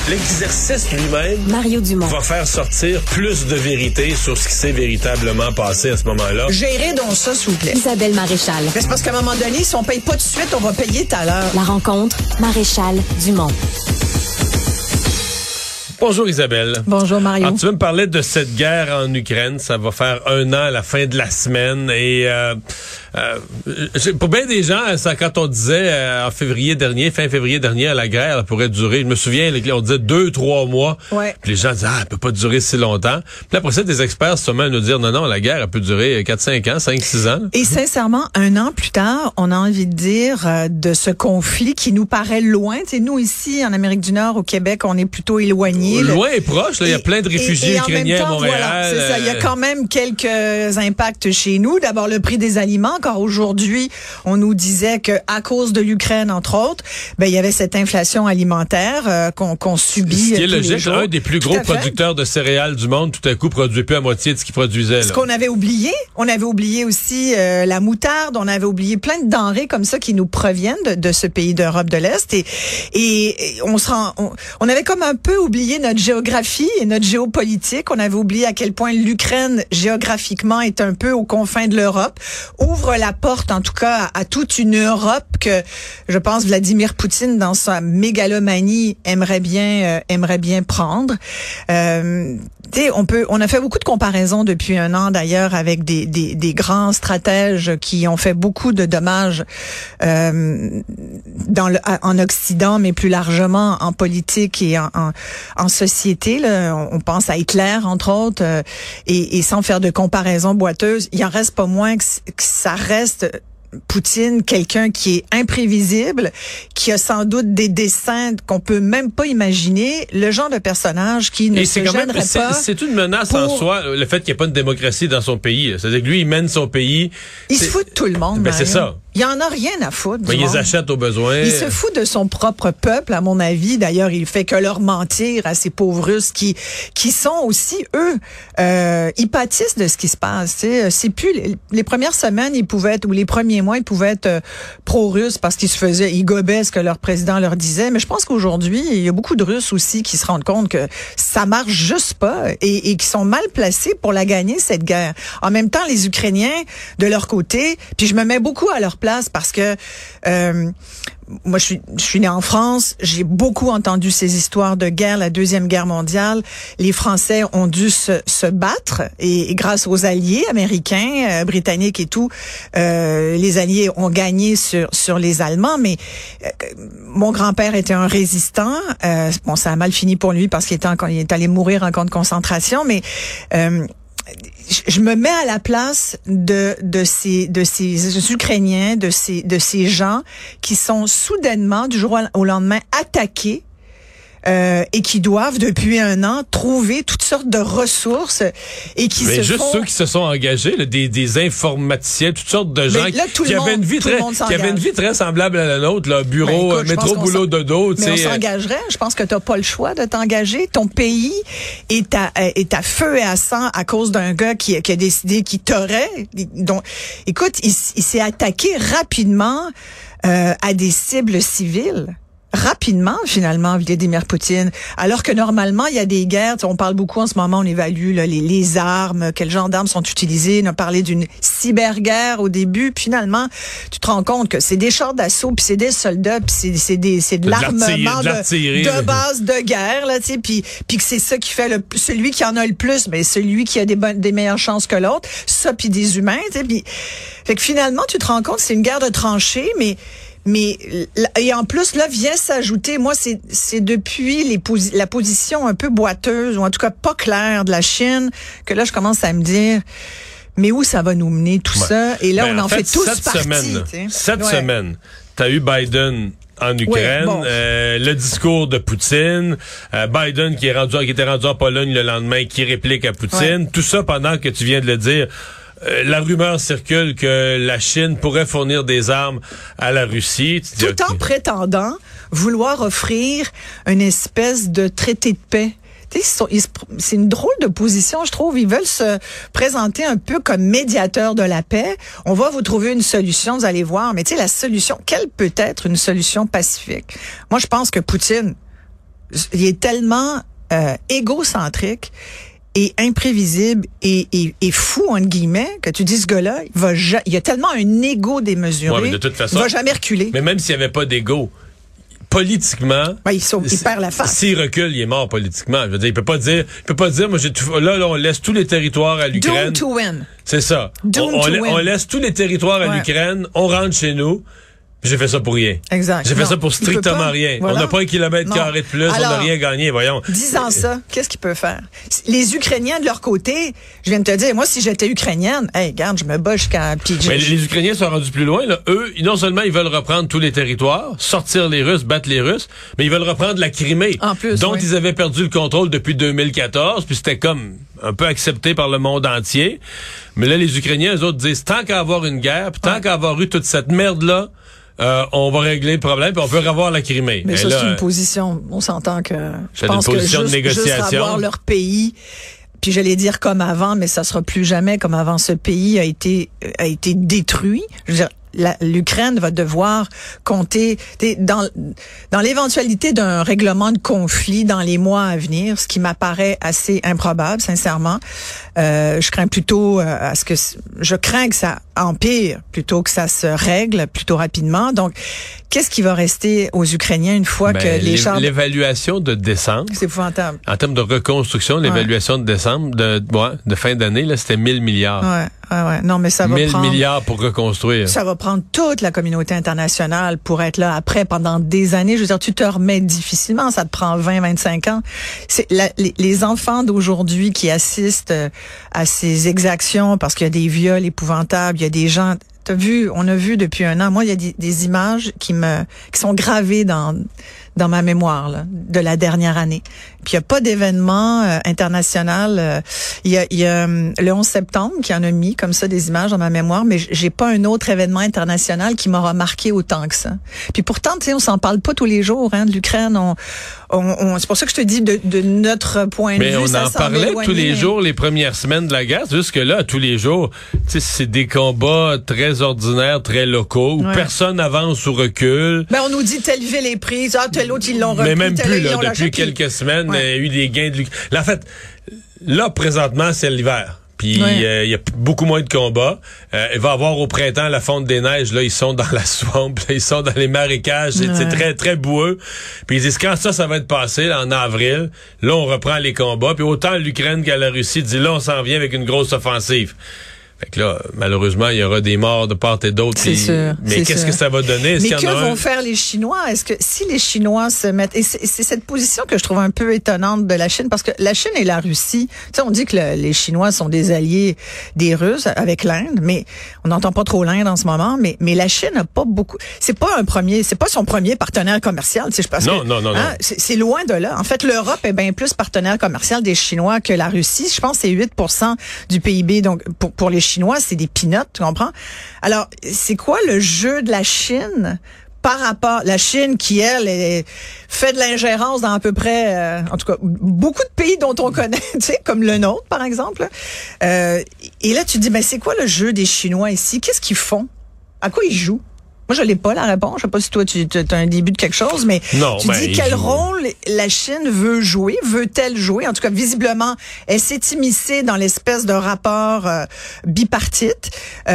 L'exercice lui-même Mario Dumont va faire sortir plus de vérité sur ce qui s'est véritablement passé à ce moment-là. Gérez donc ça, s'il vous plaît. Isabelle Maréchal. Mais c'est parce qu'à un moment donné, si on paye pas tout de suite, on va payer tout à l'heure. La rencontre, Maréchal Dumont. Bonjour Isabelle. Bonjour Mario. Alors, tu veux me parler de cette guerre en Ukraine. Ça va faire 1 an à la fin de la semaine. Et pour bien des gens, ça, quand on disait en février dernier, fin février dernier, la guerre pourrait durer, je me souviens, on disait 2-3 mois. Ouais. Puis les gens disaient, elle peut pas durer si longtemps. Puis après ça, des experts se mettent à nous dire, non, la guerre, elle peut durer 4-5 ans, 5-6 ans. Et sincèrement, 1 an plus tard, on a envie de dire de ce conflit qui nous paraît loin. Tu sais, nous, ici, en Amérique du Nord, au Québec, on est plutôt éloignés. Loin et proche, là, il y a plein de réfugiés ukrainiens à Montréal. Voilà, c'est ça. Il y a quand même quelques impacts chez nous. D'abord, le prix des aliments. Encore aujourd'hui, on nous disait que à cause de l'Ukraine, entre autres, il y avait cette inflation alimentaire qu'on subit. Ce qui est logique, les jours. un des plus gros producteurs de céréales du monde, tout à coup, produit plus à moitié de ce qu'il produisait. Ce qu'on avait oublié, on avait oublié aussi la moutarde, on avait oublié plein de denrées comme ça qui nous proviennent de ce pays d'Europe de l'Est. Et on avait comme un peu oublié notre géographie et notre géopolitique. On avait oublié à quel point l'Ukraine, géographiquement, est un peu aux confins de l'Europe. Ouvre la porte, en tout cas, à toute une Europe que, je pense, Vladimir Poutine, dans sa mégalomanie, aimerait bien prendre. On a fait beaucoup de comparaisons depuis 1 an, d'ailleurs, avec des grands stratèges qui ont fait beaucoup de dommages en Occident, mais plus largement en politique et en société. Là. On pense à Hitler, entre autres, et sans faire de comparaison boiteuse, il en reste pas moins que ça reste Poutine, quelqu'un qui est imprévisible, qui a sans doute des desseins qu'on peut même pas imaginer, le genre de personnage qui ne se gênerait pas. C'est une menace en soi, le fait qu'il n'y ait pas de démocratie dans son pays. C'est-à-dire que lui, il mène son pays. Il se fout de tout le monde. Ben, c'est ça. Il en a rien à foutre. Il les achète au besoin. Il se fout de son propre peuple, à mon avis. D'ailleurs, il fait que leur mentir à ces pauvres Russes qui sont aussi, eux, ils pâtissent de ce qui se passe. T'sais. C'est plus les premières semaines, ils pouvaient être, ou les premiers mois, ils pouvaient être pro-russes parce ils gobaient ce que leur président leur disait. Mais je pense qu'aujourd'hui, il y a beaucoup de Russes aussi qui se rendent compte que ça marche juste pas et qui sont mal placés pour la gagner, cette guerre. En même temps, les Ukrainiens, de leur côté, puis je me mets beaucoup à leur place parce que moi, je suis née en France. J'ai beaucoup entendu ces histoires de guerre, la Deuxième Guerre mondiale. Les Français ont dû se battre et grâce aux alliés américains, britanniques et tout, les alliés ont gagné sur les Allemands. Mais mon grand-père était un résistant. Bon, ça a mal fini pour lui parce qu'il est allé mourir en camp de concentration. Mais je me mets à la place de ces Ukrainiens, de ces gens qui sont soudainement, du jour au lendemain, attaqués. Et qui doivent, depuis 1 an, trouver toutes sortes de ressources et qui mais juste ceux qui se sont engagés, là, des informaticiens, toutes sortes de gens qui avaient une vie très semblable à la nôtre, là, bureau, métro, boulot, dodo. Mais on s'engagerait. Je pense que t'as pas le choix de t'engager. Ton pays est à feu et à sang à cause d'un gars qui a décidé qu'il t'aurait. Donc, écoute, il s'est attaqué rapidement à des cibles civiles. Rapidement, finalement, Vladimir Poutine. Alors que normalement, il y a des guerres. On parle beaucoup en ce moment, on évalue là, les armes, quels genres d'armes sont utilisées. On a parlé d'une cyberguerre au début. Puis finalement, tu te rends compte que c'est des chars d'assaut, puis c'est des soldats, puis c'est de l'armement de base de guerre, là, tu sais. Puis que c'est ça qui fait celui qui en a le plus, mais celui qui a des meilleures chances que l'autre. Ça, puis des humains, tu sais. Puis fait que finalement, tu te rends compte que c'est une guerre de tranchées, mais et en plus là vient s'ajouter, moi c'est depuis la position un peu boiteuse ou en tout cas pas claire de la Chine que là je commence à me dire mais où ça va nous mener tout ça, et là on en fait tous partie. Cette semaine, t'as eu Biden en Ukraine, le discours de Poutine, Biden qui était rendu en Pologne le lendemain, qui réplique à Poutine, tout ça pendant que tu viens de le dire. La rumeur circule que la Chine pourrait fournir des armes à la Russie. Tout en prétendant vouloir offrir une espèce de traité de paix. C'est une drôle de position, je trouve. Ils veulent se présenter un peu comme médiateurs de la paix. On va vous trouver une solution, vous allez voir. Mais tu sais, la solution, quelle peut être une solution pacifique? Moi, je pense que Poutine il est tellement égocentrique et imprévisible et fou, entre guillemets, que tu dis, ce gars-là, il y a tellement un ego démesuré, mais de toute façon, il va jamais reculer. Mais même s'il n'y avait pas d'ego, politiquement, il perd la face. S'il recule, il est mort politiquement. Je veux dire, il peut pas dire, moi j'ai tout, là, on laisse tous les territoires à l'Ukraine. Doomed to win. C'est ça. On laisse tous les territoires à l'Ukraine, on rentre chez nous. J'ai fait ça pour rien. Exact. J'ai fait ça pour strictement rien. Voilà. On n'a pas un kilomètre carré de plus, alors, on n'a rien gagné, voyons. Disant ça, qu'est-ce qu'il peut faire? Les Ukrainiens, de leur côté, je viens de te dire, moi, si j'étais Ukrainienne, regarde, je me bats jusqu'à... Mais les Ukrainiens sont rendus plus loin, là. Eux, non seulement ils veulent reprendre tous les territoires, sortir les Russes, battre les Russes, mais ils veulent reprendre la Crimée. En plus, dont ils avaient perdu le contrôle depuis 2014, puis c'était comme un peu accepté par le monde entier. Mais là, les Ukrainiens, eux autres, disent, tant qu'à avoir une guerre, puis tant qu'à avoir eu toute cette merde-là, on va régler le problème puis on peut revoir la Crimée. Mais ça, c'est une position. On s'entend que je pense que juste avoir leur pays, puis j'allais dire comme avant, mais ça sera plus jamais comme avant. Ce pays a été détruit. Je veux dire, l'Ukraine va devoir compter dans l'éventualité d'un règlement de conflit dans les mois à venir, ce qui m'apparaît assez improbable, sincèrement. Je crains que ça empire plutôt que ça se règle plutôt rapidement. Donc, qu'est-ce qui va rester aux Ukrainiens une fois que les chars... L'évaluation de décembre. C'est épouvantable. En termes de reconstruction, l'évaluation de décembre, de fin d'année, là, c'était 1000 milliards. Ouais. Non, mais ça va 1000 milliards pour reconstruire. Ça va prendre toute la communauté internationale pour être là après pendant des années. Je veux dire, tu te remets difficilement. Ça te prend 20, 25 ans. C'est les enfants d'aujourd'hui qui assistent à ces exactions parce qu'il y a des viols épouvantables, il y a des gens... on a vu depuis un an, moi, il y a des images qui sont gravées dans ma mémoire là, de la dernière année. Puis il n'y a pas d'événement international. Il y a le 11 septembre qui en a mis comme ça des images dans ma mémoire, mais j'ai pas un autre événement international qui m'aura marqué autant que ça. Puis pourtant, tu sais, on s'en parle pas tous les jours de l'Ukraine. C'est pour ça que je te dis de notre point de vue. Mais on en parlait tous les jours les premières semaines de la guerre. Jusque là, tous les jours, tu sais, c'est des combats très ordinaires, très locaux, où personne avance ou recule. Ben on nous dit tel ville est prise, tel autre ils l'ont repris. Mais même plus là, depuis quelques semaines, il y a eu des gains de... Là, en fait, là présentement, c'est l'hiver. Puis il y a beaucoup moins de combats. Il va y avoir au printemps la fonte des neiges. Là, ils sont dans la swamp, là, ils sont dans les marécages. C'est très, très boueux. Puis ils disent quand ça va être passé, là, en avril, là, on reprend les combats. Puis autant l'Ukraine qu'à la Russie dit là, on s'en vient avec une grosse offensive. Fait que là, malheureusement, il y aura des morts de part et d'autre. C'est sûr. Mais qu'est-ce que ça va donner? Mais que vont faire les Chinois? Est-ce que si les Chinois se mettent... Et c'est cette position que je trouve un peu étonnante de la Chine, parce que la Chine et la Russie, tu sais, on dit que les Chinois sont des alliés des Russes avec l'Inde, mais on n'entend pas trop l'Inde en ce moment, mais la Chine n'a pas beaucoup... C'est pas son premier partenaire commercial, tu sais, je pense. Non. C'est loin de là. En fait, l'Europe est bien plus partenaire commercial des Chinois que la Russie. Je pense que c'est 8% du PIB. Donc, pour les Chinois, c'est des peanuts, tu comprends? Alors, c'est quoi le jeu de la Chine par rapport... La Chine qui, elle, fait de l'ingérence dans à peu près, en tout cas, beaucoup de pays dont on connaît, tu sais, comme le nôtre, par exemple. Et là, tu te dis, ben, c'est quoi le jeu des Chinois ici? Qu'est-ce qu'ils font? À quoi ils jouent? Moi, je l'ai pas, la réponse. Je sais pas si toi, tu as un début de quelque chose, mais non, tu dis quel rôle la Chine veut jouer? Veut-elle jouer? En tout cas, visiblement, elle s'est immiscée dans l'espèce de rapport bipartite.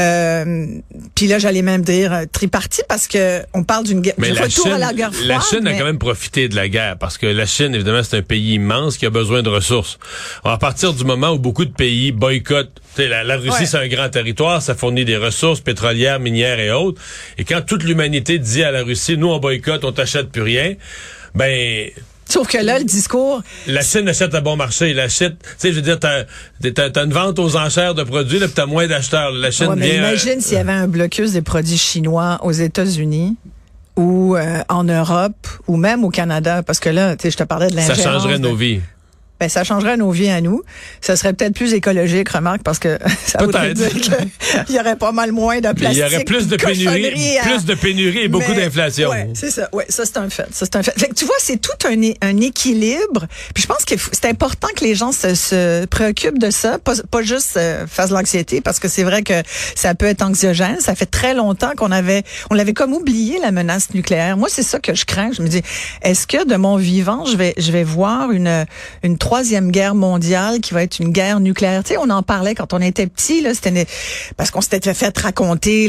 Puis là, j'allais même dire tripartite parce que on parle du retour à la guerre froide. La Chine a quand même profité de la guerre parce que la Chine, évidemment, c'est un pays immense qui a besoin de ressources. À partir du moment où beaucoup de pays boycottent, la Russie, c'est un grand territoire, ça fournit des ressources pétrolières, minières et autres. Et quand toute l'humanité dit à la Russie, nous, on boycotte, on t'achète plus rien, ben... Sauf que là, le discours... La Chine achète à bon marché. La Chine, tu sais, je veux dire, t'as une vente aux enchères de produits, là, puis t'as moins d'acheteurs. La Chine vient... Imagine s'il y avait un blocus des produits chinois aux États-Unis ou en Europe ou même au Canada, parce que là, tu sais, je te parlais de l'ingérence. Ça changerait nos vies. ben ça changerait nos vies à nous. Ça serait peut-être plus écologique, remarque, parce que ça voudrait dire qu'il y aurait pas mal moins de plastique. Il y aurait plus de pénurie et beaucoup d'inflation. Ouais, c'est ça. Ouais, ça c'est un fait. Fait que tu vois, c'est tout un équilibre. Puis je pense que c'est important que les gens se préoccupent de ça, pas juste fassent l'anxiété, parce que c'est vrai que ça peut être anxiogène. Ça fait très longtemps on l'avait comme oublié, la menace nucléaire. Moi, c'est ça que je crains. Je me dis, est-ce que de mon vivant, je vais voir une troisième guerre mondiale qui va être une guerre nucléaire? Tu sais, on en parlait quand on était petit, là, parce qu'on s'était fait raconter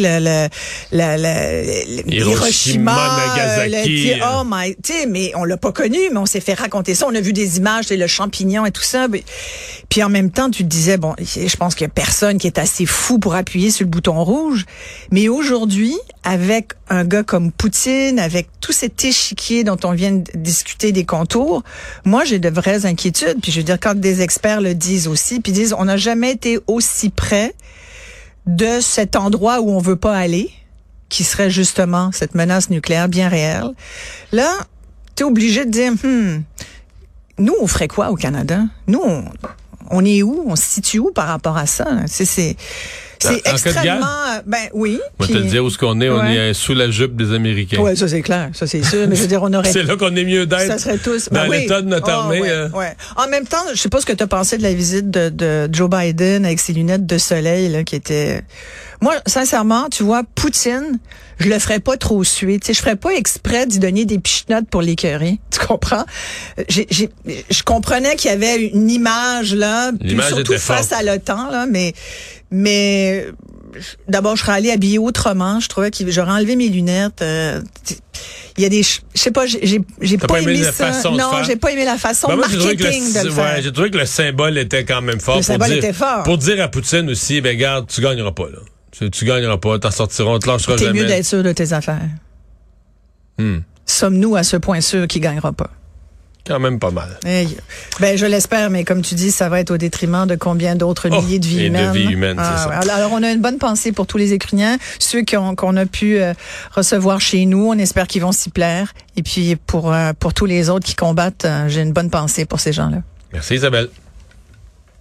Hiroshima, Nagasaki. Tu sais, mais on l'a pas connu, mais on s'est fait raconter ça. On a vu des images, le champignon et tout ça. Puis en même temps, tu te disais, bon, je pense qu'il y a personne qui est assez fou pour appuyer sur le bouton rouge. Mais aujourd'hui, avec un gars comme Poutine, avec tout cet échiquier dont on vient de discuter des contours, moi, j'ai de vraies inquiétudes. Puis je veux dire, quand des experts le disent aussi, puis disent, on n'a jamais été aussi près de cet endroit où on veut pas aller, qui serait justement cette menace nucléaire bien réelle. Là, t'es obligé de dire, nous, on ferait quoi au Canada? Nous, on est où? On se situe où par rapport à ça? C'est extrêmement... oui. On va te le dire où est-ce qu'on est. Ouais. On est sous la jupe des Américains. Oui, ça c'est clair. Ça c'est sûr. Mais je veux dire, on aurait... C'est là qu'on est mieux d'être. Ça serait tous... dans l'état de notre armée. Ouais. En même temps, je sais pas ce que tu as pensé de la visite de Joe Biden avec ses lunettes de soleil, là, qui était... Moi, sincèrement, tu vois, Poutine, je le ferais pas trop suer. Tu sais, je ferais pas exprès d'y donner des pichenottes pour l'écœurer. Tu comprends? Je comprenais qu'il y avait une image, là, surtout face à l'OTAN, là, mais d'abord, je serais allée habillée autrement. Je trouvais que j'aurais enlevé mes lunettes. Il y a des, je sais pas, j'ai pas aimé ça. Non, j'ai pas aimé la façon marketing de le faire. Ouais, j'ai trouvé que le symbole était quand même fort. Le symbole était fort. Pour dire à Poutine aussi, ben regarde, tu gagneras pas là. Tu gagneras pas, t'en sortiras, on te lâchera jamais. T'es mieux d'être sûr de tes affaires. Sommes-nous à ce point sûr qu'il gagnera pas? Quand même pas mal. Ben, je l'espère, mais comme tu dis, ça va être au détriment de combien d'autres milliers de vies humaines. De vies humaines, c'est ça. Alors, on a une bonne pensée pour tous les Ukrainiens, ceux qu'on a pu recevoir chez nous. On espère qu'ils vont s'y plaire. Et puis, pour tous les autres qui combattent, j'ai une bonne pensée pour ces gens-là. Merci Isabelle.